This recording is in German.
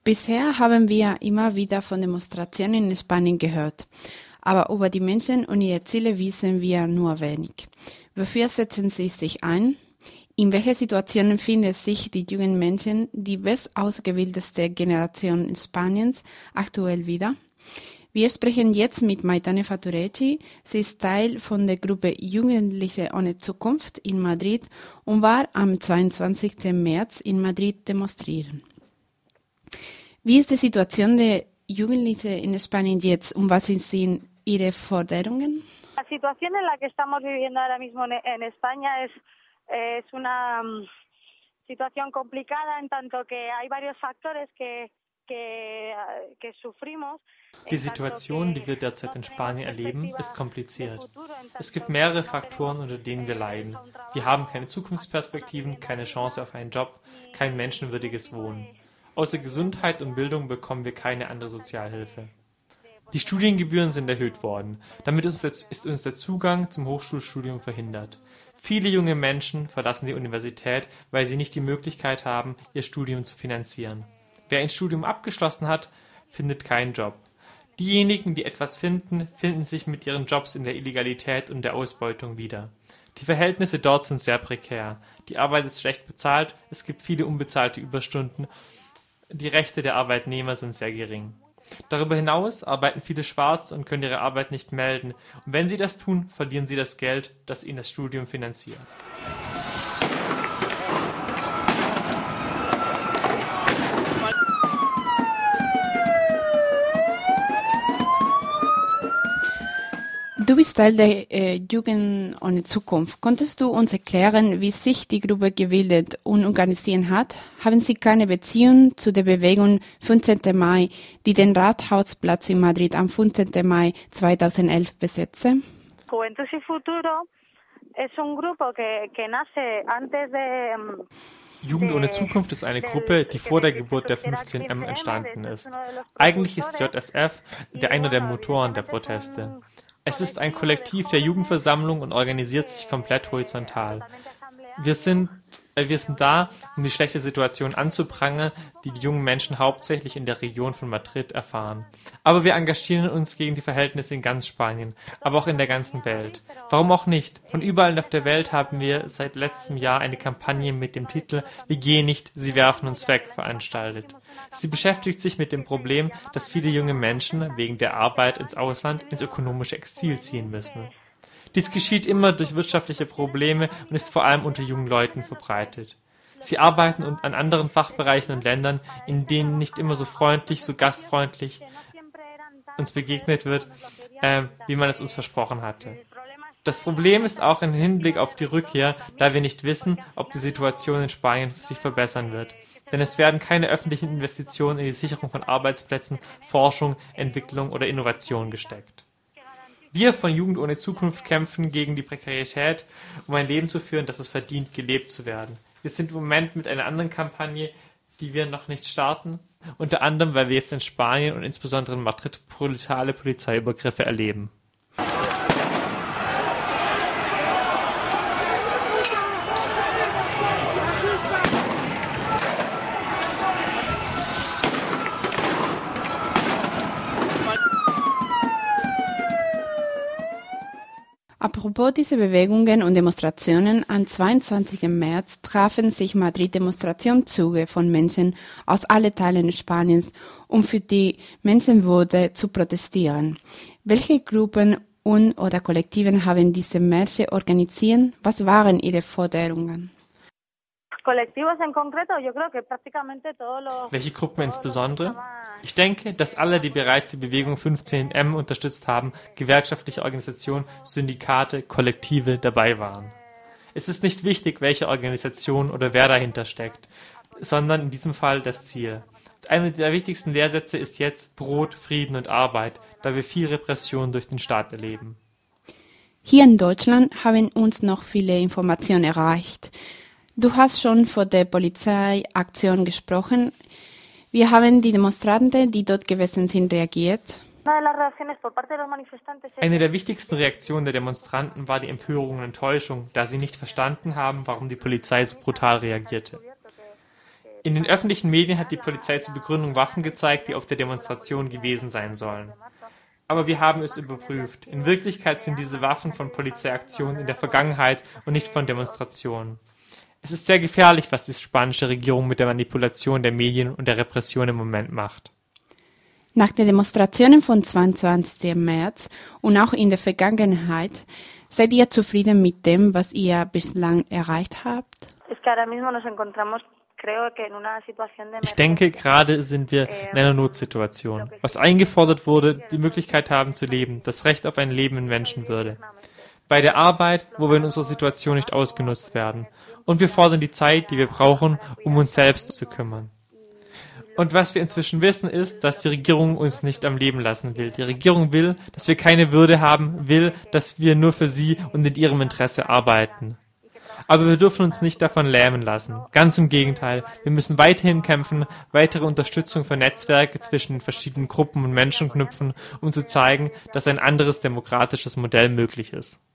Bisher haben wir immer wieder von Demonstrationen in Spanien gehört, aber über die Menschen und ihre Ziele wissen wir nur wenig. Wofür setzen sie sich ein? In welchen Situationen finden sich die jungen Menschen, die bestausgebildetste Generation Spaniens, aktuell wieder? Wir sprechen jetzt mit Maitane Faturecci. Sie ist Teil von der Gruppe Jugendliche ohne Zukunft in Madrid und war am 22. März in Madrid demonstrieren. Wie ist die Situation der Jugendlichen in Spanien jetzt und was sind ihre Forderungen? La situación en la que estamos viviendo ahora mismo en España es una situación complicada en tanto que hay varios factores que sufrimos. Die Situation, die wir derzeit in Spanien erleben, ist kompliziert. Es gibt mehrere Faktoren, unter denen wir leiden. Wir haben keine Zukunftsperspektiven, keine Chance auf einen Job, kein menschenwürdiges Wohnen. Außer Gesundheit und Bildung bekommen wir keine andere Sozialhilfe. Die Studiengebühren sind erhöht worden. Damit ist uns der Zugang zum Hochschulstudium verhindert. Viele junge Menschen verlassen die Universität, weil sie nicht die Möglichkeit haben, ihr Studium zu finanzieren. Wer ein Studium abgeschlossen hat, findet keinen Job. Diejenigen, die etwas finden, finden sich mit ihren Jobs in der Illegalität und der Ausbeutung wieder. Die Verhältnisse dort sind sehr prekär. Die Arbeit ist schlecht bezahlt, es gibt viele unbezahlte Überstunden. Die Rechte der Arbeitnehmer sind sehr gering. Darüber hinaus arbeiten viele schwarz und können ihre Arbeit nicht melden. Und wenn sie das tun, verlieren sie das Geld, das ihnen das Studium finanziert. Du bist Teil der Jugend ohne Zukunft. Konntest du uns erklären, wie sich die Gruppe gebildet und organisiert hat? Haben Sie keine Beziehung zu der Bewegung 15. Mai, die den Rathausplatz in Madrid am 15. Mai 2011 besetzte? Juventud y Futuro es un grupo que nace antes de Jugend ohne Zukunft ist eine Gruppe, die vor der Geburt der 15M entstanden ist. Eigentlich ist JSF einer der Motoren der Proteste. Es ist ein Kollektiv der Jugendversammlung und organisiert sich komplett horizontal. Wir sind da, um die schlechte Situation anzuprangern, die die jungen Menschen hauptsächlich in der Region von Madrid erfahren. Aber wir engagieren uns gegen die Verhältnisse in ganz Spanien, aber auch in der ganzen Welt. Warum auch nicht? Von überall auf der Welt haben wir seit letztem Jahr eine Kampagne mit dem Titel „Wir gehen nicht, sie werfen uns weg" veranstaltet. Sie beschäftigt sich mit dem Problem, dass viele junge Menschen wegen der Arbeit ins Ausland ins ökonomische Exil ziehen müssen. Dies geschieht immer durch wirtschaftliche Probleme und ist vor allem unter jungen Leuten verbreitet. Sie arbeiten an anderen Fachbereichen und Ländern, in denen nicht immer so freundlich, so gastfreundlich uns begegnet wird, wie man es uns versprochen hatte. Das Problem ist auch im Hinblick auf die Rückkehr, da wir nicht wissen, ob die Situation in Spanien sich verbessern wird. Denn es werden keine öffentlichen Investitionen in die Sicherung von Arbeitsplätzen, Forschung, Entwicklung oder Innovation gesteckt. Wir von Jugend ohne Zukunft kämpfen gegen die Prekarität, um ein Leben zu führen, das es verdient, gelebt zu werden. Wir sind im Moment mit einer anderen Kampagne, die wir noch nicht starten, unter anderem, weil wir jetzt in Spanien und insbesondere in Madrid brutale Polizeiübergriffe erleben. Apropos dieser Bewegungen und Demonstrationen, am 22. März trafen sich Madrid Demonstrationszüge von Menschen aus allen Teilen Spaniens, um für die Menschenwürde zu protestieren. Welche Gruppen oder Kollektiven haben diese Märsche organisiert? Was waren ihre Forderungen? Welche Gruppen insbesondere? Ich denke, dass alle, die bereits die Bewegung 15M unterstützt haben, gewerkschaftliche Organisationen, Syndikate, Kollektive dabei waren. Es ist nicht wichtig, welche Organisation oder wer dahinter steckt, sondern in diesem Fall das Ziel. Einer der wichtigsten Lehrsätze ist jetzt Brot, Frieden und Arbeit, da wir viel Repression durch den Staat erleben. Hier in Deutschland haben uns noch viele Informationen erreicht. Du hast schon vor der Polizeiaktion gesprochen. Wie haben die Demonstranten, die dort gewesen sind, reagiert? Eine der wichtigsten Reaktionen der Demonstranten war die Empörung und Enttäuschung, da sie nicht verstanden haben, warum die Polizei so brutal reagierte. In den öffentlichen Medien hat die Polizei zur Begründung Waffen gezeigt, die auf der Demonstration gewesen sein sollen. Aber wir haben es überprüft. In Wirklichkeit sind diese Waffen von Polizeiaktionen in der Vergangenheit und nicht von Demonstrationen. Es ist sehr gefährlich, was die spanische Regierung mit der Manipulation der Medien und der Repression im Moment macht. Nach den Demonstrationen vom 22. März und auch in der Vergangenheit, seid ihr zufrieden mit dem, was ihr bislang erreicht habt? Ich denke, gerade sind wir in einer Notsituation. Was eingefordert wurde, die Möglichkeit haben zu leben, das Recht auf ein Leben in Menschenwürde. Bei der Arbeit, wo wir in unserer Situation nicht ausgenutzt werden. Und wir fordern die Zeit, die wir brauchen, um uns selbst zu kümmern. Und was wir inzwischen wissen, ist, dass die Regierung uns nicht am Leben lassen will. Die Regierung will, dass wir keine Würde haben, will, dass wir nur für sie und in ihrem Interesse arbeiten. Aber wir dürfen uns nicht davon lähmen lassen. Ganz im Gegenteil, wir müssen weiterhin kämpfen, weitere Unterstützung für Netzwerke zwischen den verschiedenen Gruppen und Menschen knüpfen, um zu zeigen, dass ein anderes demokratisches Modell möglich ist.